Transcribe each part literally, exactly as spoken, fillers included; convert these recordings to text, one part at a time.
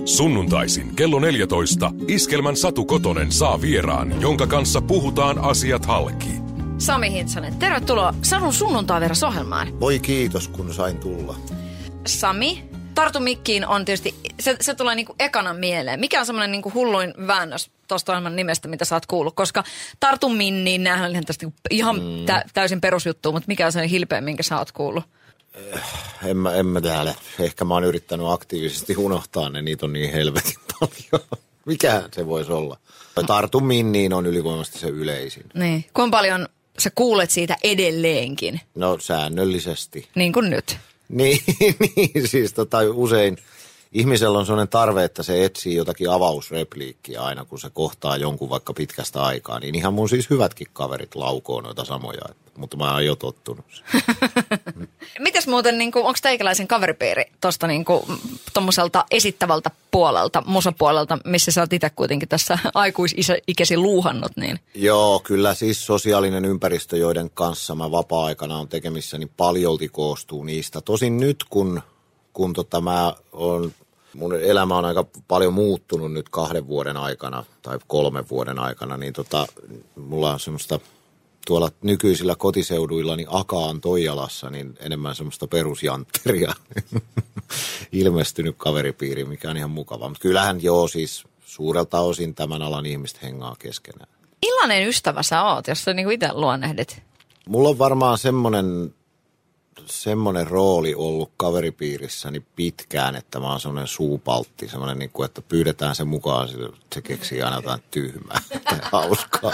Sunnuntaisin kello neljätoista Iskelmän Satu Kotonen saa vieraan, jonka kanssa puhutaan asiat halki. Sami Hintsanen, tervetuloa Sadun sunnuntai-vieras-ohjelmaan. Voi kiitos, kun sain tulla. Sami, tartu mikkiin on tietysti, se, se tulee niinku ekana mieleen. Mikä on semmoinen niinku hulluin väännös tuosta ohjelman nimestä, mitä sä oot kuullut? Koska tartu minniin, näähän on ihan, tästä, ihan mm. tä, täysin perusjuttu, mutta mikä on se hilpeä, minkä sä oot kuullut? En mä, en mä täällä. Ehkä mä oon yrittänyt aktiivisesti unohtaa ne, niitä on niin helvetin paljon. Mikä se voisi olla? Tartu minniin on ylivoimaisesti se yleisin. Niin. Kuinka paljon sä kuulet siitä edelleenkin? No säännöllisesti. Niin kuin nyt. Niin, niin siis tota usein ihmisellä on sellainen tarve, että se etsii jotakin avausrepliikkiä aina, kun se kohtaa jonkun vaikka pitkästä aikaa. Niin ihan mun siis hyvätkin kaverit laukoo noita samoja, mutta mä oon jo tottunut. Mites muuten, niin onko teikäläisen kaveripiiri tuosta niin tuommoiselta esittävältä puolelta, musapuolelta, missä sä oot itse kuitenkin tässä aikuisikäsi luuhannut? Niin? Joo, kyllä siis sosiaalinen ympäristö, joiden kanssa mä vapaa-aikana on tekemissä, niin paljolti koostuu niistä. Tosin nyt, kun, kun tota mä oon, mun elämä on aika paljon muuttunut nyt kahden vuoden aikana tai kolmen vuoden aikana, niin tota, mulla on semmoista tuolla nykyisillä kotiseuduillani Akaan Toijalassa, niin enemmän semmoista perusjantteria ilmestynyt kaveripiiri, mikä on ihan mukava. Mutta kyllähän joo, siis suurelta osin tämän alan ihmiset hengaa keskenään. Millainen ystävä sä oot, jos sä niinku itse luonnehdit? Mulla on varmaan semmoinen, semmoinen rooli ollut kaveripiirissäni pitkään, että mä oon semmoinen suupaltti, semmoinen, niin kuin, että pyydetään sen mukaan, se keksii aina jotain tyhmää tai hauskaa.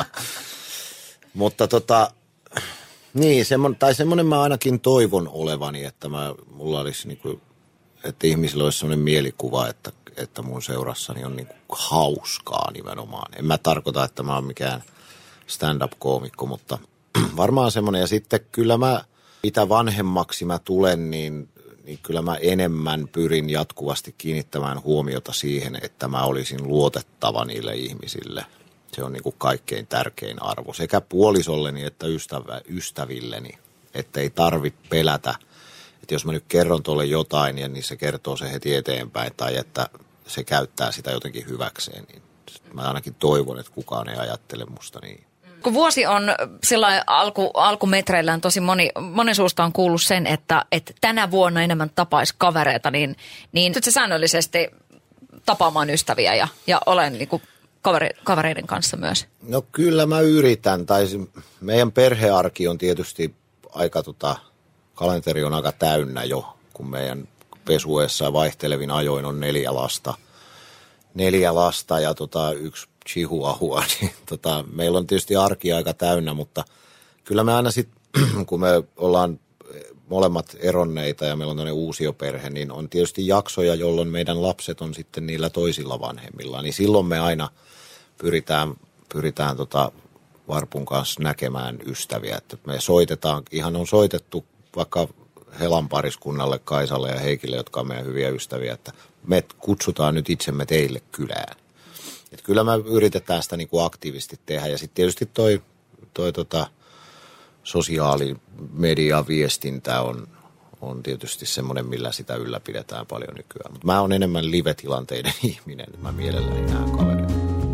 Mutta tota, niin, semmoinen, tai semmoinen mä ainakin toivon olevani, että mä, mulla olisi niinku, että ihmisillä olisi semmoinen mielikuva, että, että mun seurassani on niinku hauskaa nimenomaan. En mä tarkoita, että mä oon mikään stand-up-koomikko, mutta varmaan semmoinen. Ja sitten kyllä mä, mitä vanhemmaksi mä tulen, niin, niin kyllä mä enemmän pyrin jatkuvasti kiinnittämään huomiota siihen, että mä olisin luotettava niille ihmisille. Se on niin kuin kaikkein tärkein arvo sekä puolisolleni että ystävä, ystävilleni, että ei tarvitse pelätä, että jos mä nyt kerron tuolle jotain, niin se kertoo se heti eteenpäin tai että se käyttää sitä jotenkin hyväkseen, niin mä ainakin toivon, että kukaan ei ajattele musta niin. Kun vuosi on sillä alku, alkumetreillään tosi moni, monen suusta on kuullut sen, että, että tänä vuonna enemmän tapaisi kavereita, niin, niin nyt se säännöllisesti tapaamaan ystäviä ja, ja olen niin kuin Kaveri, kavereiden kanssa myös? No kyllä mä yritän. Tai meidän perhearki on tietysti aika, tota, kalenteri on aika täynnä jo, kun meidän pesueessa vaihtelevin ajoin on neljä lasta. Neljä lasta ja tota, yksi chihuahua. Niin, tota, meillä on tietysti arki aika täynnä, mutta kyllä me aina sitten, kun me ollaan molemmat eronneita ja meillä on tämmöinen uusioperhe, niin on tietysti jaksoja, jolloin meidän lapset on sitten niillä toisilla vanhemmilla. Niin silloin me aina pyritään, pyritään tota Varpun kanssa näkemään ystäviä. Että me soitetaan, ihan on soitettu vaikka Helan pariskunnalle, Kaisalle ja Heikille, jotka on meidän hyviä ystäviä, että me kutsutaan nyt itsemme teille kylään. Että kyllä me yritetään sitä niin kuin aktiivisesti tehdä. Ja sitten tietysti toi, toi tota sosiaalimedia viestintä on, on tietysti semmoinen, millä sitä ylläpidetään paljon nykyään. Mutta mä oon enemmän live-tilanteiden ihminen. Mä mielelläni näen kavereita.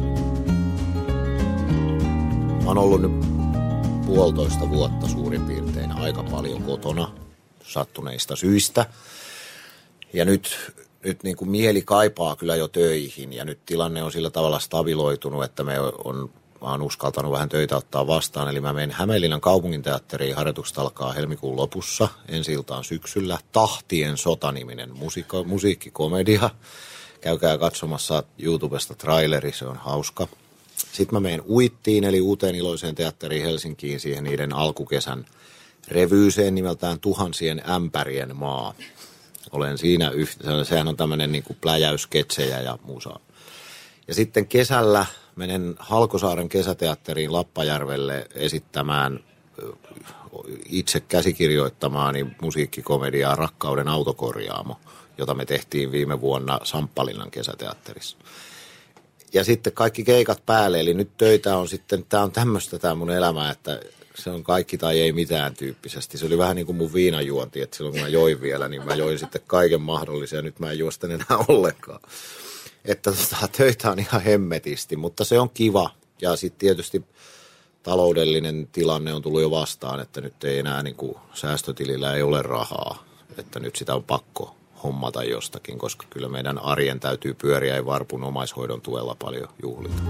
Mä oon ollut nyt puolitoista vuotta suurin piirtein aika paljon kotona sattuneista syistä. Ja nyt, nyt niin kuin mieli kaipaa kyllä jo töihin ja nyt tilanne on sillä tavalla stabiloitunut, että me on, mä oon uskaltanut vähän töitä ottaa vastaan. Eli mä menen Hämeenlinnan kaupunginteatteriin, harjoitukset alkaa helmikuun lopussa, ensi iltaan syksyllä. Tahtien sota-niminen musiikko, musiikkikomedia. Käykää katsomassa YouTubesta traileri, se on hauska. Sitten mä menen Uittiin, eli Uuteen iloiseen teatteriin Helsinkiin, siihen niiden alkukesän revyyseen nimeltään Tuhansien ämpärien maa. Olen siinä, yhtä, sehän on tämmöinen niin kuin pläjäysketsejä ja musaa. Ja sitten kesällä menen Halkosaaren kesäteatteriin Lappajärvelle esittämään itse käsikirjoittamaani musiikkikomediaa Rakkauden autokorjaamo, jota me tehtiin viime vuonna Samppalinnan kesäteatterissa. Ja sitten kaikki keikat päälle, eli nyt töitä on sitten, tämä on tämmöistä tämä mun elämä, että se on kaikki tai ei mitään tyyppisesti. Se oli vähän niin kuin mun viinajuonti, että silloin kun mä join vielä, niin mä join sitten kaiken mahdollisen ja nyt mä en juo sitä enää ollenkaan. että tota, töitä on ihan hemmetisti, mutta se on kiva. Ja sitten tietysti taloudellinen tilanne on tullut jo vastaan, että nyt ei enää niin kuin, säästötilillä ei ole rahaa, että nyt sitä on pakko hommata jostakin, koska kyllä meidän arjen täytyy pyöriä ja varpun omaishoidon tuella paljon juhlita.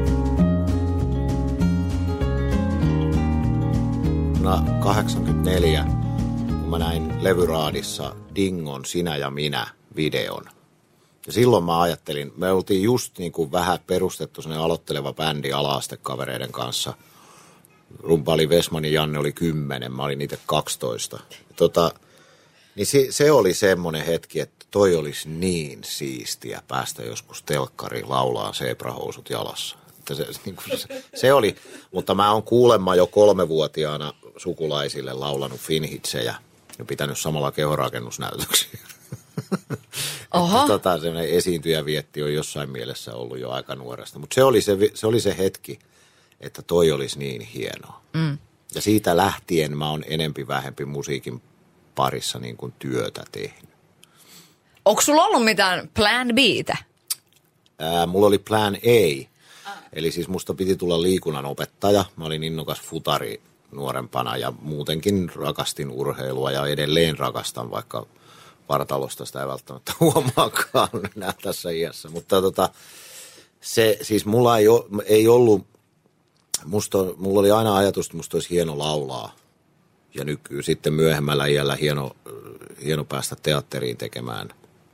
Vuonna kahdeksankymmentäneljä, kun mä näin levyraadissa Dingon Sinä ja minä -videon. Ja silloin mä ajattelin, me oltiin just niin kuin vähän perustettu sellainen aloitteleva bändi ala-astekavereiden kanssa. Rumpaali Vesman ja Janne oli kymmenen, mä olin itse kaksitoista. Tota, niin se, se oli semmoinen hetki, että toi olisi niin siistiä päästä joskus telkkariin laulaa seeprahousut jalassa. Että se, niin kuin se, se oli, mutta mä oon kuulemma jo kolmevuotiaana sukulaisille laulanut finhitsejä ja pitänyt samalla kehorakennusnäytöksiä. Oho. Tota, semmoinen esiintyjävietti on jossain mielessä ollut jo aika nuoresta. Mutta se oli se, se oli se hetki, että toi olisi niin hienoa. Mm. Ja siitä lähtien mä oon enempi vähempi musiikin parissa niin kuin työtä tehnyt. Onko sulla ollut mitään plan B:tä? Ää, mulla oli plan A. Ah. Eli siis musta piti tulla liikunnan opettaja. Mä olin innokas futari nuorempana ja muutenkin rakastin urheilua ja edelleen rakastan, vaikka vartalosta sitä ei välttämättä huomaakaan enää tässä iässä. Mutta tota, se, siis mulla ei, o, ei ollut, musta, mulla oli aina ajatus, että musta olisi hieno laulaa. Ja nyky, sitten myöhemmällä iällä hieno, hieno päästä teatteriin tekemään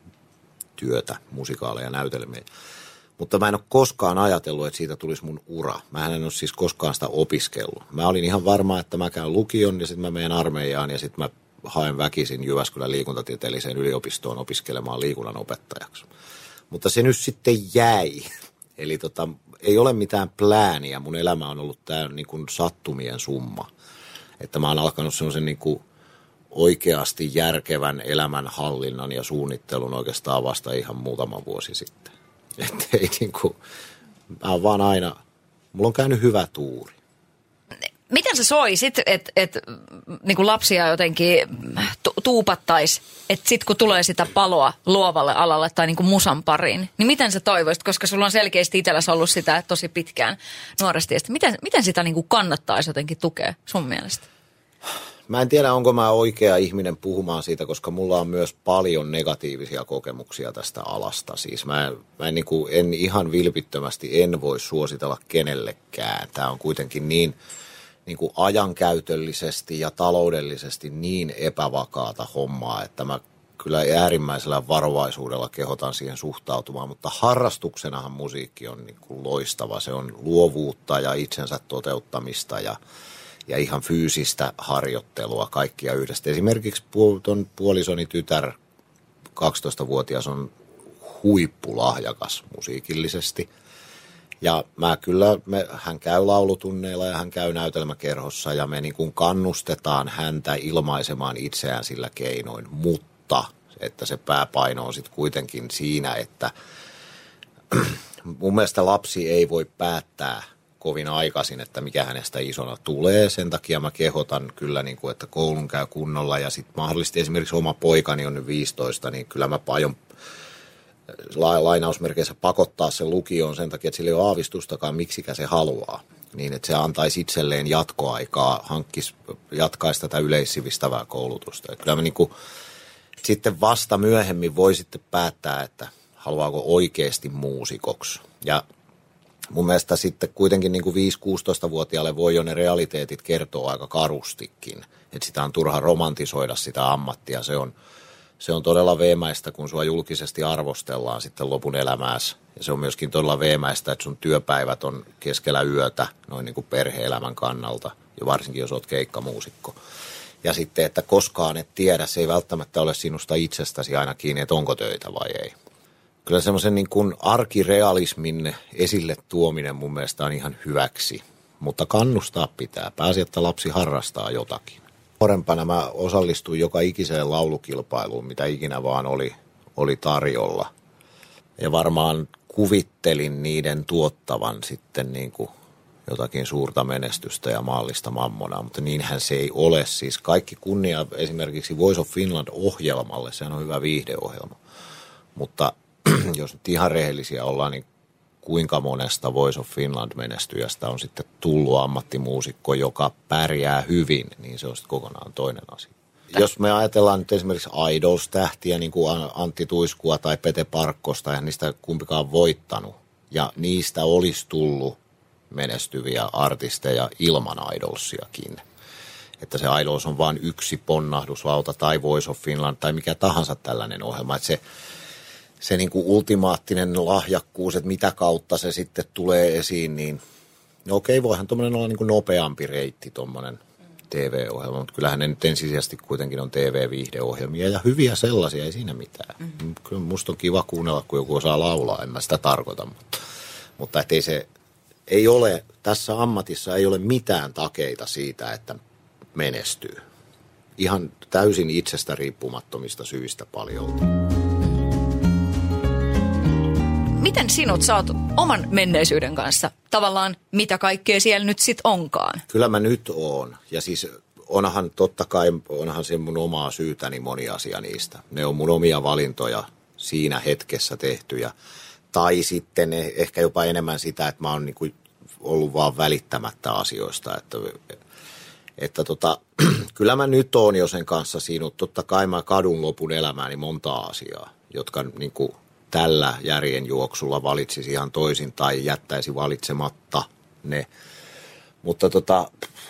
työtä, musikaaleja ja näytelmiä. Mutta mä en ole koskaan ajatellut, että siitä tulisi mun ura. Mä en ole siis koskaan sitä opiskellut. Mä olin ihan varma, että mä käyn lukion ja sitten mä menen armeijaan ja sitten mä haen väkisin Jyväskylän liikuntatieteelliseen yliopistoon opiskelemaan liikunnan opettajaksi. Mutta se nyt sitten jäi. Eli tota, ei ole mitään plääniä. Mun elämä on ollut tää niin kuin sattumien summa. Että mä oon alkanut semmoisen niin kuin oikeasti järkevän elämänhallinnan ja suunnittelun oikeastaan vasta ihan muutama vuosi sitten. Että ei niin kuin, mä oon vaan aina, mulla on käynyt hyvä tuuri. Miten sä soisit, että et, niin lapsia jotenkin tu- tuupattaisi, että sit kun tulee sitä paloa luovalle alalle tai niin kuin musan pariin, niin miten sä toivoisit, koska sulla on selkeästi itselläsi ollut sitä tosi pitkään nuoresti. Miten, miten sitä niin kuin kannattaisi jotenkin tukea sun mielestä? Mä en tiedä, onko mä oikea ihminen puhumaan siitä, koska mulla on myös paljon negatiivisia kokemuksia tästä alasta. Siis mä, mä en, niin kuin, en ihan vilpittömästi en voi suositella kenellekään. Tää on kuitenkin niin... niin kuin ajankäytöllisesti ja taloudellisesti niin epävakaata hommaa, että mä kyllä äärimmäisellä varovaisuudella kehotan siihen suhtautumaan, mutta harrastuksenahan musiikki on niin kuin loistava. Se on luovuutta ja itsensä toteuttamista ja, ja ihan fyysistä harjoittelua kaikkia yhdessä. Esimerkiksi tuon puolisoni tytär, kaksitoistavuotias, on huippulahjakas musiikillisesti. Ja mä kyllä, me, hän käy laulutunneilla ja hän käy näytelmäkerhossa ja me niin kuin kannustetaan häntä ilmaisemaan itseään sillä keinoin, mutta että se pääpaino on sitten kuitenkin siinä, että mun mielestä lapsi ei voi päättää kovin aikaisin, että mikä hänestä isona tulee. Sen takia mä kehotan kyllä, niin kuin, että koulun käy kunnolla ja sitten mahdollisesti esimerkiksi oma poikani on nyt viisitoista, niin kyllä mä aion lainausmerkeissä pakottaa sen lukioon sen takia, että sillä ei ole aavistustakaan, miksikä se haluaa. Niin, että se antaisi itselleen jatkoaikaa, hankkisi, jatkaisi tätä yleissivistävää koulutusta. Ja kyllä me niin kuin, sitten vasta myöhemmin voi sitten päättää, että haluaako oikeasti muusikoksi. Ja mun mielestä sitten kuitenkin niin kuin viisi-kuusitoistavuotiaalle voi jo ne realiteetit kertoa aika karustikin. Että sitä on turha romantisoida sitä ammattia, se on... Se on todella veemäistä, kun sua julkisesti arvostellaan sitten lopun elämääsi. Ja se on myöskin todella veemäistä, että sun työpäivät on keskellä yötä noin niin kuin perhe-elämän kannalta. Ja varsinkin, jos oot keikkamuusikko. Ja sitten, että koskaan et tiedä, se ei välttämättä ole sinusta itsestäsi aina kiinni, että onko töitä vai ei. Kyllä semmoisen niin kuin arkirealismin esille tuominen mun mielestä on ihan hyväksi. Mutta kannustaa pitää. Pääsi, että lapsi harrastaa jotakin. Nuorempana mä osallistuin joka ikiseen laulukilpailuun, mitä ikinä vaan oli, oli tarjolla. Ja varmaan kuvittelin niiden tuottavan sitten niin kuin jotakin suurta menestystä ja maallista mammonaa, mutta niinhän se ei ole. Siis kaikki kunnia esimerkiksi Voice of Finland -ohjelmalle, sehän on hyvä viihdeohjelma. Mutta jos nyt ihan rehellisiä ollaan, niin kuinka monesta Voice of Finland-menestyjästä on sitten tullut ammattimuusikko, joka pärjää hyvin, niin se on sitten kokonaan toinen asia. Jos me ajatellaan nyt esimerkiksi Idols-tähtiä, niin kuin Antti Tuiskua tai Pete Parkkosta, ja niistä kumpikaan voittanut, ja niistä olisi tullut menestyviä artisteja ilman Idolsiakin. Että se Idols on vain yksi ponnahduslauta tai Voice of Finland tai mikä tahansa tällainen ohjelma. Että se, se niin kuin ultimaattinen lahjakkuus, että mitä kautta se sitten tulee esiin, niin no okei, voihan tuommoinen olla niin kuin nopeampi reitti tuommoinen T V-ohjelma, mutta kyllähän ne nyt ensisijaisesti kuitenkin on T V-viihdeohjelmia ja hyviä sellaisia, ei siinä mitään. Mm-hmm. Kyllä musta on kiva kuunnella, kun joku osaa laulaa, en mä sitä tarkoita, mutta, mutta ettei se, ei ole, tässä ammatissa ei ole mitään takeita siitä, että menestyy. Ihan täysin itsestä riippumattomista syistä paljolti. Miten sinut saat oman menneisyyden kanssa? Tavallaan mitä kaikkea siellä nyt sit onkaan? Kyllä mä nyt oon. Ja siis onhan totta kai, onhan se mun omaa syytäni moni asia niistä. Ne on mun omia valintoja siinä hetkessä tehtyjä. Tai sitten ehkä jopa enemmän sitä, että mä oon niinku ollut vaan välittämättä asioista. Että, että tota, kyllä mä nyt oon jo sen kanssa sinut. Totta kai mä kadun lopun elämääni montaa asiaa, jotka niinku tällä järjenjuoksulla valitsisi ihan toisin tai jättäisi valitsematta ne. Mutta tota,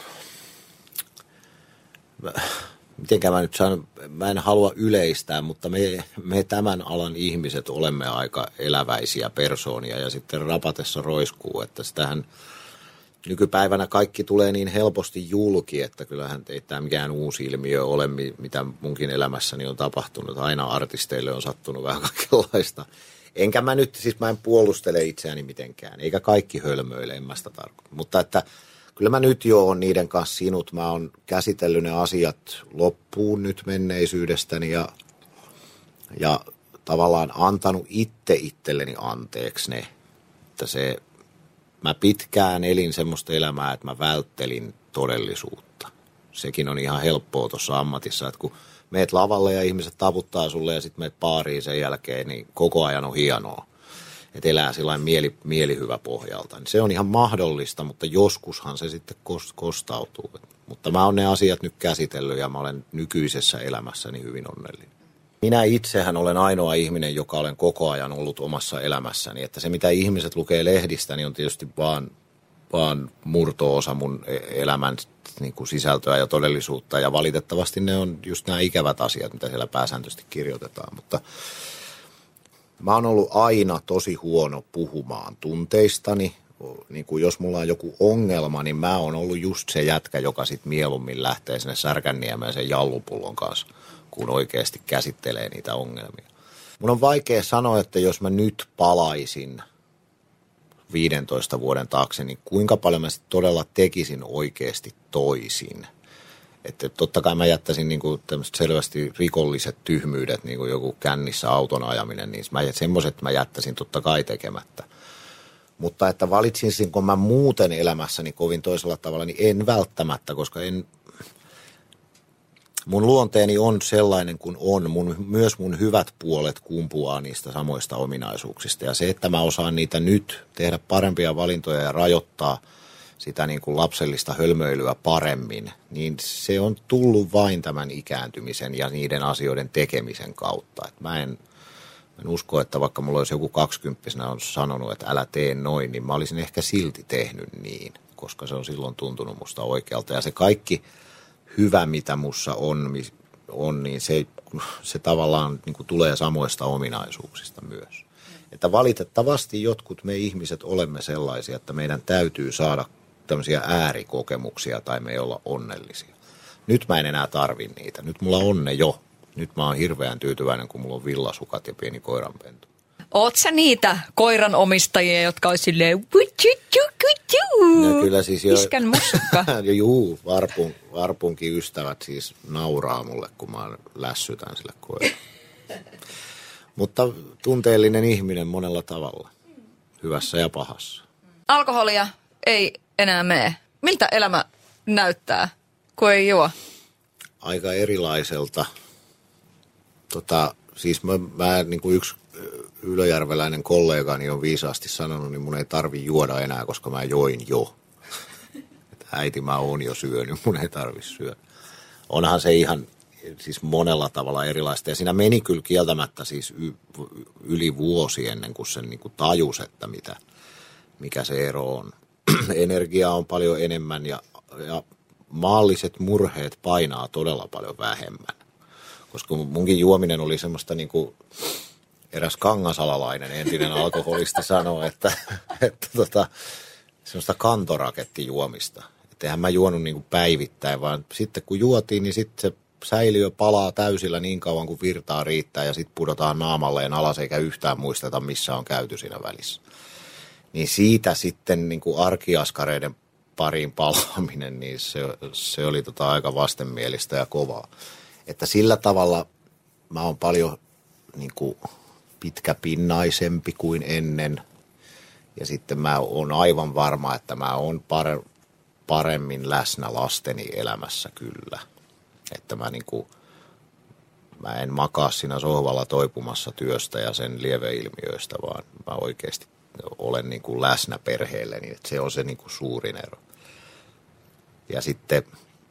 mitenkään mä nyt sanon, mä en halua yleistää, mutta me, me tämän alan ihmiset olemme aika eläväisiä persoonia ja sitten rapatessa roiskuu, että sitähän nykypäivänä kaikki tulee niin helposti julki, että kyllähän ei tämä mikään uusi ilmiö ole, mitä munkin elämässäni on tapahtunut. Aina artisteille on sattunut vähän kaikenlaista. Enkä mä nyt, siis mä en puolustele itseäni mitenkään, eikä kaikki hölmöile, en mä sitä tarkoita. Mutta että kyllä mä nyt jo oon niiden kanssa sinut. Mä oon käsitellyt ne asiat loppuun nyt menneisyydestäni ja, ja tavallaan antanut itse itselleni anteeksi ne, että se... Mä pitkään elin semmoista elämää, että mä välttelin todellisuutta. Sekin on ihan helppoa tuossa ammatissa, että kun meet lavalle ja ihmiset taputtaa sulle ja sitten meet baariin sen jälkeen, niin koko ajan on hienoa. Että elää sillain mieli, mielihyvä pohjalta. Niin se on ihan mahdollista, mutta joskushan se sitten kostautuu. Mutta mä oon ne asiat nyt käsitellyt ja mä olen nykyisessä elämässäni hyvin onnellinen. Minä itsehän olen ainoa ihminen, joka olen koko ajan ollut omassa elämässäni. Että se, mitä ihmiset lukee lehdistä, niin on tietysti vaan, vaan murto-osa mun elämän niin kuin sisältöä ja todellisuutta. Ja valitettavasti ne on just nämä ikävät asiat, mitä siellä pääsääntöisesti kirjoitetaan. Mutta mä oon ollut aina tosi huono puhumaan tunteistani. Niin kuin jos mulla on joku ongelma, niin mä oon ollut just se jätkä, joka sit mieluummin lähtee sinne Särkänniemeen sen jallupullon kanssa, kun oikeasti käsittelee niitä ongelmia. Mun on vaikea sanoa, että jos mä nyt palaisin viidentoista vuoden taakse, niin kuinka paljon mä sit todella tekisin oikeasti toisin. Että totta kai mä jättäisin niinku tämmöiset selvästi rikolliset tyhmyydet, niin kuin joku kännissä auton ajaminen, niin mä, semmoiset mä jättäisin totta kai tekemättä. Mutta että valitsinko mä muuten elämässäni kovin toisella tavalla, niin en välttämättä, koska en... Mun luonteeni on sellainen kuin on. Mun, myös mun hyvät puolet kumpuaa niistä samoista ominaisuuksista. Ja se, että mä osaan niitä nyt tehdä parempia valintoja ja rajoittaa sitä niin kuin lapsellista hölmöilyä paremmin, niin se on tullut vain tämän ikääntymisen ja niiden asioiden tekemisen kautta. Et mä en, en usko, että vaikka mulla olisi joku kaksikymppisenä on sanonut, että älä tee noin, niin mä olisin ehkä silti tehnyt niin, koska se on silloin tuntunut musta oikealta. Ja se kaikki hyvä, mitä mussa on, on niin se, se tavallaan niin kuin tulee samoista ominaisuuksista myös. Että valitettavasti jotkut me ihmiset olemme sellaisia, että meidän täytyy saada tämmöisiä äärikokemuksia tai me ei olla onnellisia. Nyt mä en enää tarvi niitä. Nyt mulla on ne jo. Nyt mä oon hirveän tyytyväinen, kun mulla on villasukat ja pieni koiranpentu. Oot sä niitä koiran omistajia, jotka on silleen no kyllä siis jo, iskän musukka. Juu, varpun, varpunkin ystävät siis nauraa mulle, kun mä lässytän sille koiralle. Mutta tunteellinen ihminen monella tavalla, hyvässä ja pahassa. Alkoholia ei enää mene. Miltä elämä näyttää, kun ei juo? Aika erilaiselta. Tota, siis mä, mä niin kuin yksi ylöjärveläinen kollegani on viisaasti sanonut, niin mun ei tarvi juoda enää, koska mä join jo. Että äiti, mä oon jo syönyt, mun ei tarvi syödä. Onhan se ihan siis monella tavalla erilaista. Ja siinä meni kyllä kieltämättä siis y- yli vuosi ennen kuin sen niin kuin tajus, että mitä, mikä se ero on. Energiaa on paljon enemmän ja, ja maalliset murheet painaa todella paljon vähemmän. Koska munkin juominen oli semmoista niin kuin eräs kangasalalainen entinen alkoholisti sanoi, että, että tota, semmoista kantorakettijuomista. Että eihän mä juonut niin kuin päivittäin, vaan sitten kun juotiin, niin sitten se säiliö palaa täysillä niin kauan kuin virtaa riittää ja sitten pudotaan naamalleen alas eikä yhtään muisteta, missä on käyty siinä välissä. Niin siitä sitten niin kuin arkiaskareiden pariin palaaminen, niin se, se oli tota aika vastenmielistä ja kovaa. Että sillä tavalla mä oon paljon niin kuin pitkäpinnaisempi kuin ennen. Ja sitten mä oon aivan varma, että mä oon pare, paremmin läsnä lasteni elämässä kyllä. Että mä niin kuin, mä en makaa siinä sohvalla toipumassa työstä ja sen lieveilmiöistä, vaan mä oikeasti olen niin kuin läsnä perheelleni. Että se on se niin kuin suurin ero. Ja sitten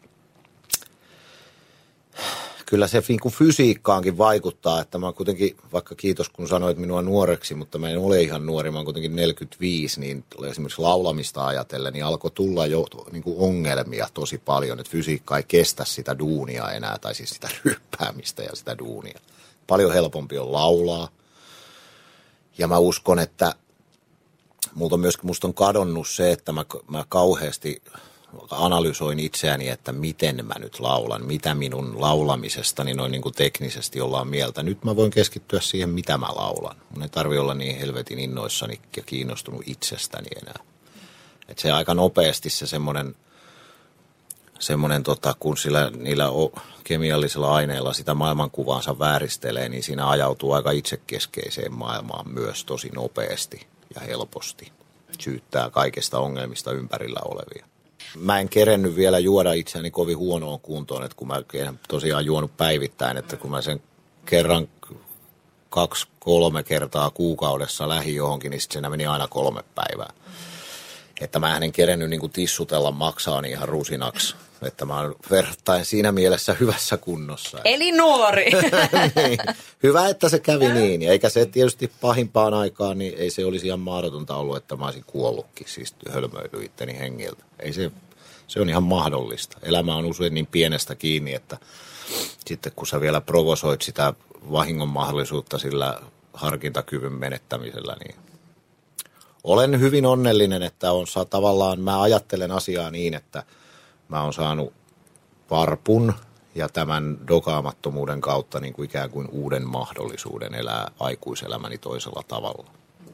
kyllä se niin kuin fysiikkaankin vaikuttaa, että mä kuitenkin, vaikka kiitos kun sanoit minua nuoreksi, mutta mä en ole ihan nuori, mä oon kuitenkin neljäkymmentäviisi, niin esimerkiksi laulamista ajatellen, niin alkoi tulla jo niin kuin ongelmia tosi paljon, että fysiikka ei kestä sitä duunia enää, tai siis sitä ryppäämistä ja sitä duunia. Paljon helpompi on laulaa, ja mä uskon, että multa myöskin musta on kadonnut se, että mä, mä kauheasti analysoin itseäni, että miten mä nyt laulan, mitä minun laulamisestani noin niin kuin teknisesti ollaan mieltä. Nyt mä voin keskittyä siihen, mitä mä laulan. Mun ei tarvi olla niin helvetin innoissani ja kiinnostunut itsestäni enää. Et se aika nopeasti se semmoinen, semmoinen tota, kun sillä, niillä kemiallisilla aineilla sitä maailmankuvaansa vääristelee, niin siinä ajautuu aika itsekeskeiseen maailmaan myös tosi nopeasti ja helposti. Syyttää kaikista ongelmista ympärillä olevia. Mä en kerennyt vielä juoda itseäni kovin huonoon kuntoon, että kun mä en tosiaan juonut päivittäin, että kun mä sen kerran kaksi, kolme kertaa kuukaudessa lähi johonkin, niin sitten se meni aina kolme päivää. Että mä en kerennyt niin kuin tissutella maksaani ihan rusinaksi, että mä oon verrattain siinä mielessä hyvässä kunnossa. Eli nuori. Niin. Hyvä, että se kävi niin, eikä se tietysti pahimpaan aikaan, niin ei se olisi ihan mahdotonta ollut, että mä olisin kuollutkin, siis hölmöily itteni hengiltä. Ei se, se on ihan mahdollista. Elämä on usein niin pienestä kiinni, että sitten kun sä vielä provosoit sitä vahingon mahdollisuutta sillä harkintakyvyn menettämisellä, niin olen hyvin onnellinen, että on saa, tavallaan, mä ajattelen asiaa niin, että mä oon saanut varpun ja tämän dokaamattomuuden kautta niin kuin ikään kuin uuden mahdollisuuden elää aikuiselämäni toisella tavalla.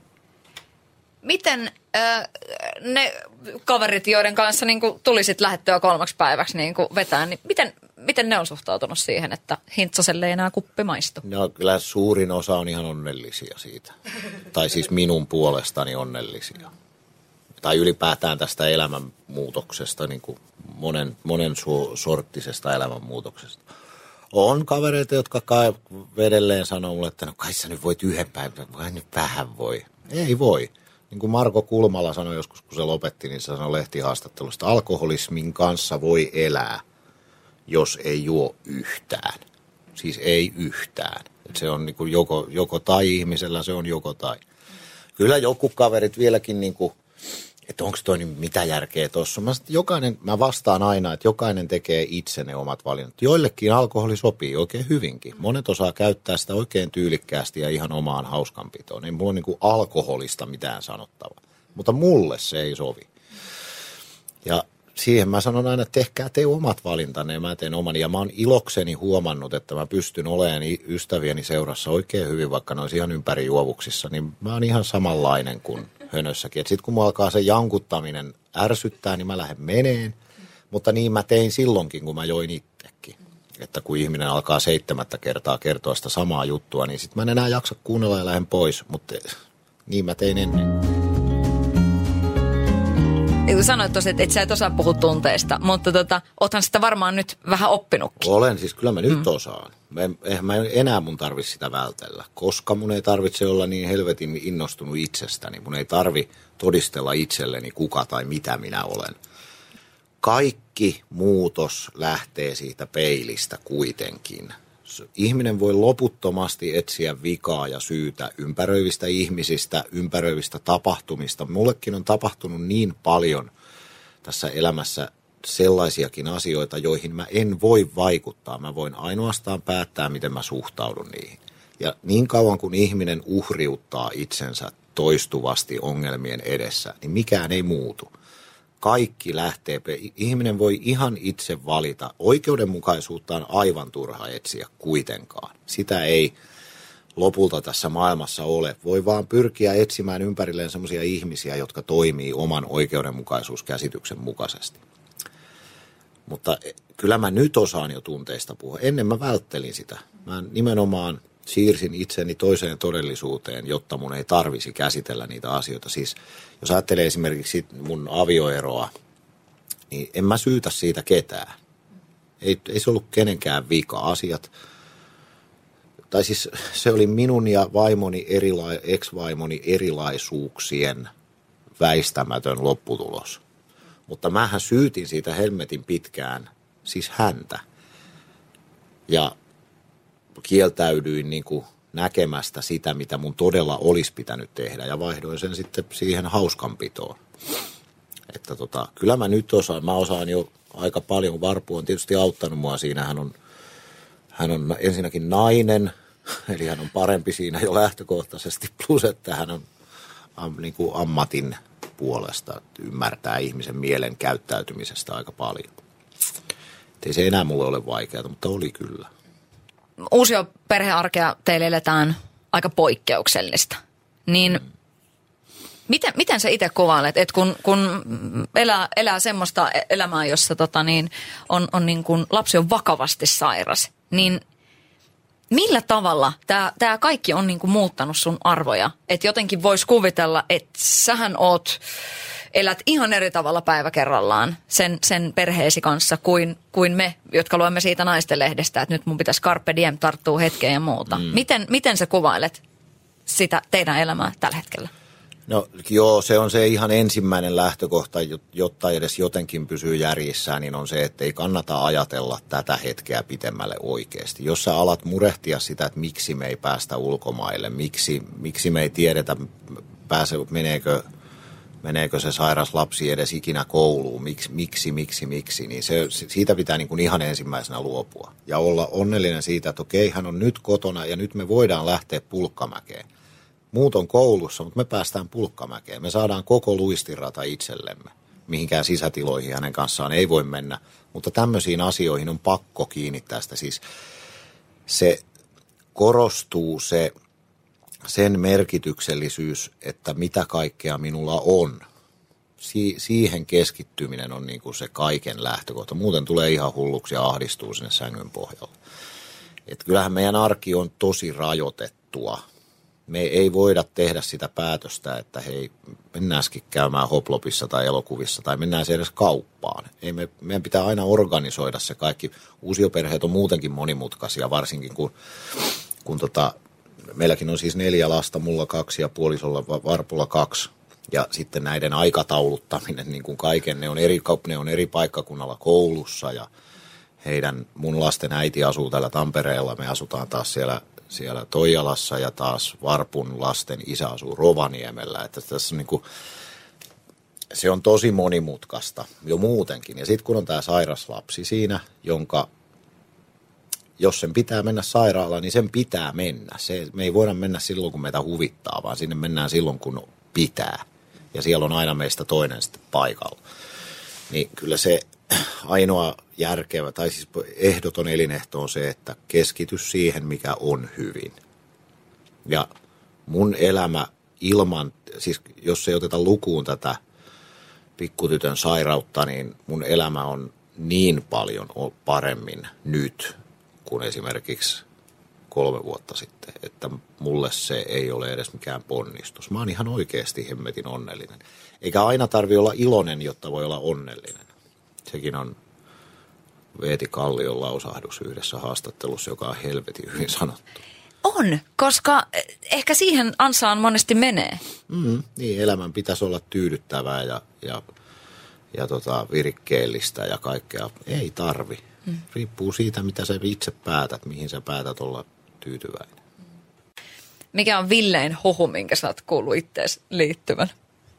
Miten äh, ne kaverit, joiden kanssa niin kuin tulisit lähettyä kolmeksi päiväksi niin kuin vetään, niin miten, miten ne on suhtautunut siihen, että Hintsaselle ei enää kuppi maistu? No kyllä suurin osa on ihan onnellisia siitä. Tai siis minun puolestani onnellisia. Tai ylipäätään tästä elämänmuutoksesta, niin kuin monen, monen su- sorttisesta elämänmuutoksesta. On kavereita, jotka kai edelleen sanoo mulle, että no kai sä nyt voit yhden päivän, vai nyt vähän voi. Ei voi. Niin kuin Marko Kulmala sanoi joskus, kun se lopetti, niin se sanoi lehtihaastattelusta, alkoholismin kanssa voi elää, jos ei juo yhtään. Siis ei yhtään. Et se on niin kuin joko, joko tai ihmisellä, se on joko tai. Kyllä joku kaverit vieläkin, niin kuin, että onko toi niin mitä järkeä tuossa. Mä, jokainen, mä vastaan aina, että jokainen tekee itse ne omat valinnat. Joillekin alkoholi sopii oikein hyvinkin. Monet osaa käyttää sitä oikein tyylikkäästi ja ihan omaan hauskanpitoon. Ei mulla ole niin kuin alkoholista mitään sanottavaa. Mutta mulle se ei sovi. Ja siihen mä sanon aina, että tehkää te omat valintanne ja mä teen oman. Ja mä oon ilokseni huomannut, että mä pystyn olemaan ystävieni seurassa oikein hyvin, vaikka ne olisi ihan ympäri juovuksissa. Niin mä oon ihan samanlainen kuin hönössäkin. Sitten kun mulla alkaa se jankuttaminen ärsyttää, niin mä lähden meneen. Mutta niin mä tein silloinkin, kun mä join itsekin. Että kun ihminen alkaa seitsemättä kertaa kertoa sitä samaa juttua, niin sitten mä en enää jaksa kuunnella ja lähden pois. Mutta niin mä tein ennen. Sanoit tosiaan, että et sä et osaa puhua tunteista, mutta tota, oothan sitä varmaan nyt vähän oppinutkin. Olen, siis kyllä mä nyt mm. osaan. Eihän mä enää mun tarvitse sitä vältellä, koska mun ei tarvitse olla niin helvetin innostunut itsestäni. Mun ei tarvi todistella itselleni kuka tai mitä minä olen. Kaikki muutos lähtee siitä peilistä kuitenkin. Ihminen voi loputtomasti etsiä vikaa ja syytä ympäröivistä ihmisistä, ympäröivistä tapahtumista. Mullekin on tapahtunut niin paljon tässä elämässä sellaisiakin asioita, joihin mä en voi vaikuttaa. Mä voin ainoastaan päättää, miten mä suhtaudun niihin. Ja niin kauan kun ihminen uhriuttaa itsensä toistuvasti ongelmien edessä, niin mikään ei muutu. Kaikki lähtee. Ihminen voi ihan itse valita. Oikeudenmukaisuutta on aivan turha etsiä kuitenkaan. Sitä ei lopulta tässä maailmassa ole. Voi vaan pyrkiä etsimään ympärilleen sellaisia ihmisiä, jotka toimii oman oikeudenmukaisuuskäsityksen mukaisesti. Mutta kyllä mä nyt osaan jo tunteista puhua. Ennen mä välttelin sitä. Mä nimenomaan siirsin itseni toiseen todellisuuteen, jotta mun ei tarvisi käsitellä niitä asioita. Siis jos ajattelee esimerkiksi mun avioeroa, niin en mä syytä siitä ketään. Ei, ei se ollut kenenkään vika asiat. Tai siis se oli minun ja vaimoni erila- ex-vaimoni erilaisuuksien väistämätön lopputulos. Mutta mähän syytin siitä helmetin pitkään, siis häntä. Ja kieltäydyin niin kuin näkemästä sitä, mitä mun todella olisi pitänyt tehdä. Ja vaihdoin sen sitten siihen hauskanpitoon. Että tota, kyllä mä nyt osaan, mä osaan jo aika paljon. Varpu on tietysti auttanut mua siinä. Hän on, hän on ensinnäkin nainen, eli hän on parempi siinä jo lähtökohtaisesti. Plus, että hän on am, niin kuin ammatin puolesta, ymmärtää ihmisen mielen käyttäytymisestä aika paljon. Et ei se enää mulle ole vaikeaa, mutta oli kyllä. Uusio perhearkea teille eletään aika poikkeuksellista. Niin mm. miten, miten sä itse kuvailet, että kun, kun elää, elää semmoista elämää, jossa tota niin, on, on niin kuin lapsi on vakavasti sairas, niin millä tavalla tämä kaikki on niin kuin muuttanut sun arvoja? Että jotenkin voisi kuvitella, että sähän oot, elät ihan eri tavalla päivä kerrallaan sen, sen perheesi kanssa kuin, kuin me, jotka luemme siitä naistenlehdestä, että nyt mun pitäisi carpe diem tarttua hetkeen ja muuta. Mm. Miten, miten sä kuvailet sitä teidän elämää tällä hetkellä? No joo, se on se ihan ensimmäinen lähtökohta, jotta edes jotenkin pysyy järjissään, niin on se, että ei kannata ajatella tätä hetkeä pitemmälle oikeasti. Jos sä alat murehtia sitä, että miksi me ei päästä ulkomaille, miksi, miksi me ei tiedetä, pääse, meneekö, meneekö se sairas lapsi edes ikinä kouluun, miksi, miksi, miksi, miksi, niin se, siitä pitää niin kuin ihan ensimmäisenä luopua. Ja olla onnellinen siitä, että okei, hän on nyt kotona ja nyt me voidaan lähteä Pulkkamäkeen. Muut on koulussa, mutta me päästään Pulkkamäkeen. Me saadaan koko luistinrata itsellemme. Mihinkään sisätiloihin hänen kanssaan ei voi mennä. Mutta tämmöisiin asioihin on pakko kiinnittää sitä. Siis se korostuu se, sen merkityksellisyys, että mitä kaikkea minulla on. Si- siihen keskittyminen on niin kuin se kaiken lähtökohta. Muuten tulee ihan hulluksi ja ahdistuu sinne sängyn pohjalle. Et kyllähän meidän arki on tosi rajoitettua. Me ei voida tehdä sitä päätöstä, että hei, mennäänkin käymään hoplopissa tai elokuvissa tai mennään se edes kauppaan. Ei me, meidän pitää aina organisoida se kaikki. Uusioperheet on muutenkin monimutkaisia, varsinkin kun, kun tota, meilläkin on siis neljä lasta, mulla kaksi ja puolisolla Varpulla kaksi. Ja sitten näiden aikatauluttaminen, niin kuin kaiken, ne on eri, ne on eri paikkakunnalla koulussa ja heidän, mun lasten äiti asuu täällä Tampereella, me asutaan taas siellä siellä Toijalassa ja taas Varpun lasten isä asuu Rovaniemellä. Että tässä on niin kuin, se on tosi monimutkaista jo muutenkin. Ja sitten kun on tämä sairas lapsi siinä, jonka, jos sen pitää mennä sairaalaan, niin sen pitää mennä. Se, me ei voida mennä silloin, kun meitä huvittaa, vaan sinne mennään silloin, kun pitää. Ja siellä on aina meistä toinen sitten paikalla. Niin kyllä se ainoa järkevä, tai siis ehdoton elinehto on se, että keskitys siihen, mikä on hyvin. Ja mun elämä ilman, siis jos ei oteta lukuun tätä pikkutytön sairautta, niin mun elämä on niin paljon paremmin nyt kuin esimerkiksi kolme vuotta sitten, että mulle se ei ole edes mikään ponnistus. Mä oon ihan oikeasti hemmetin onnellinen. Eikä aina tarvitse olla iloinen, jotta voi olla onnellinen. Sekin on Veeti Kallion lausahdus yhdessä haastattelussa, joka on helvetin hyvin sanottu. On, koska ehkä siihen ansaan monesti menee. Mm, niin, elämän pitäisi olla tyydyttävää ja, ja, ja tota, virikkeellistä ja kaikkea. Ei tarvi. Mm. Riippuu siitä, mitä sä itse päätät, mihin sä päätät olla tyytyväinen. Mikä on villein hohu, minkä sä oot kuullut ittees liittyvän?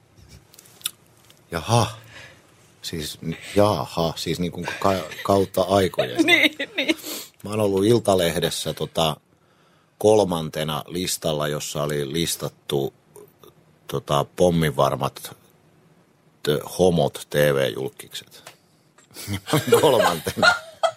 Jaha. Siis, jaha, siis niin kuin ka- kautta aikojen. niin, niin. Mä oon ollut Iltalehdessä tota, kolmantena listalla, jossa oli listattu tota, pomminvarmat t- homot T V-julkkikset. Kolmantena.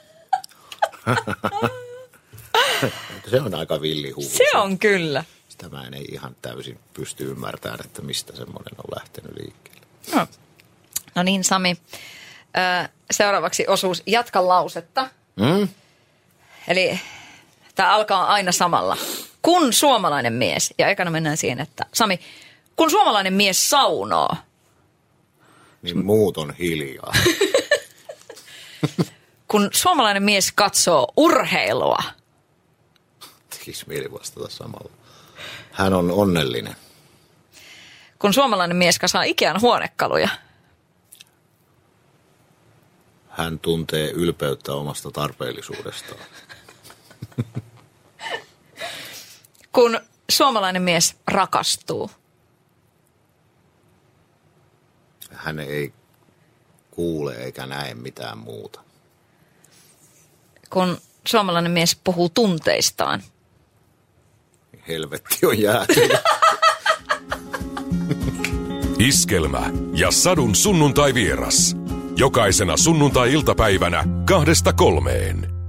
Se on aika villi huhu. Se on kyllä. Sitä mä en ihan täysin pysty ymmärtämään, että mistä semmoinen on lähtenyt liikkeelle. No, no niin, Sami. Ö, seuraavaksi osuus Jatka lausetta. Mm? Eli tämä alkaa aina samalla. Kun suomalainen mies, ja ekana mennään siihen, että Sami, kun suomalainen mies saunoo. Niin muut on hiljaa. Kun suomalainen mies katsoo urheilua. Tekisi mieli vastata samalla. Hän on onnellinen. Kun suomalainen mies kasaa Ikean huonekaluja. Hän tuntee ylpeyttä omasta tarpeellisuudestaan. Kun suomalainen mies rakastuu. Hän ei kuule eikä näe mitään muuta. Kun suomalainen mies puhuu tunteistaan. Helvetti on jäätynyt. Iskelmä ja Sadun sunnuntai vieras. Jokaisena sunnuntai-iltapäivänä kahdesta kolmeen.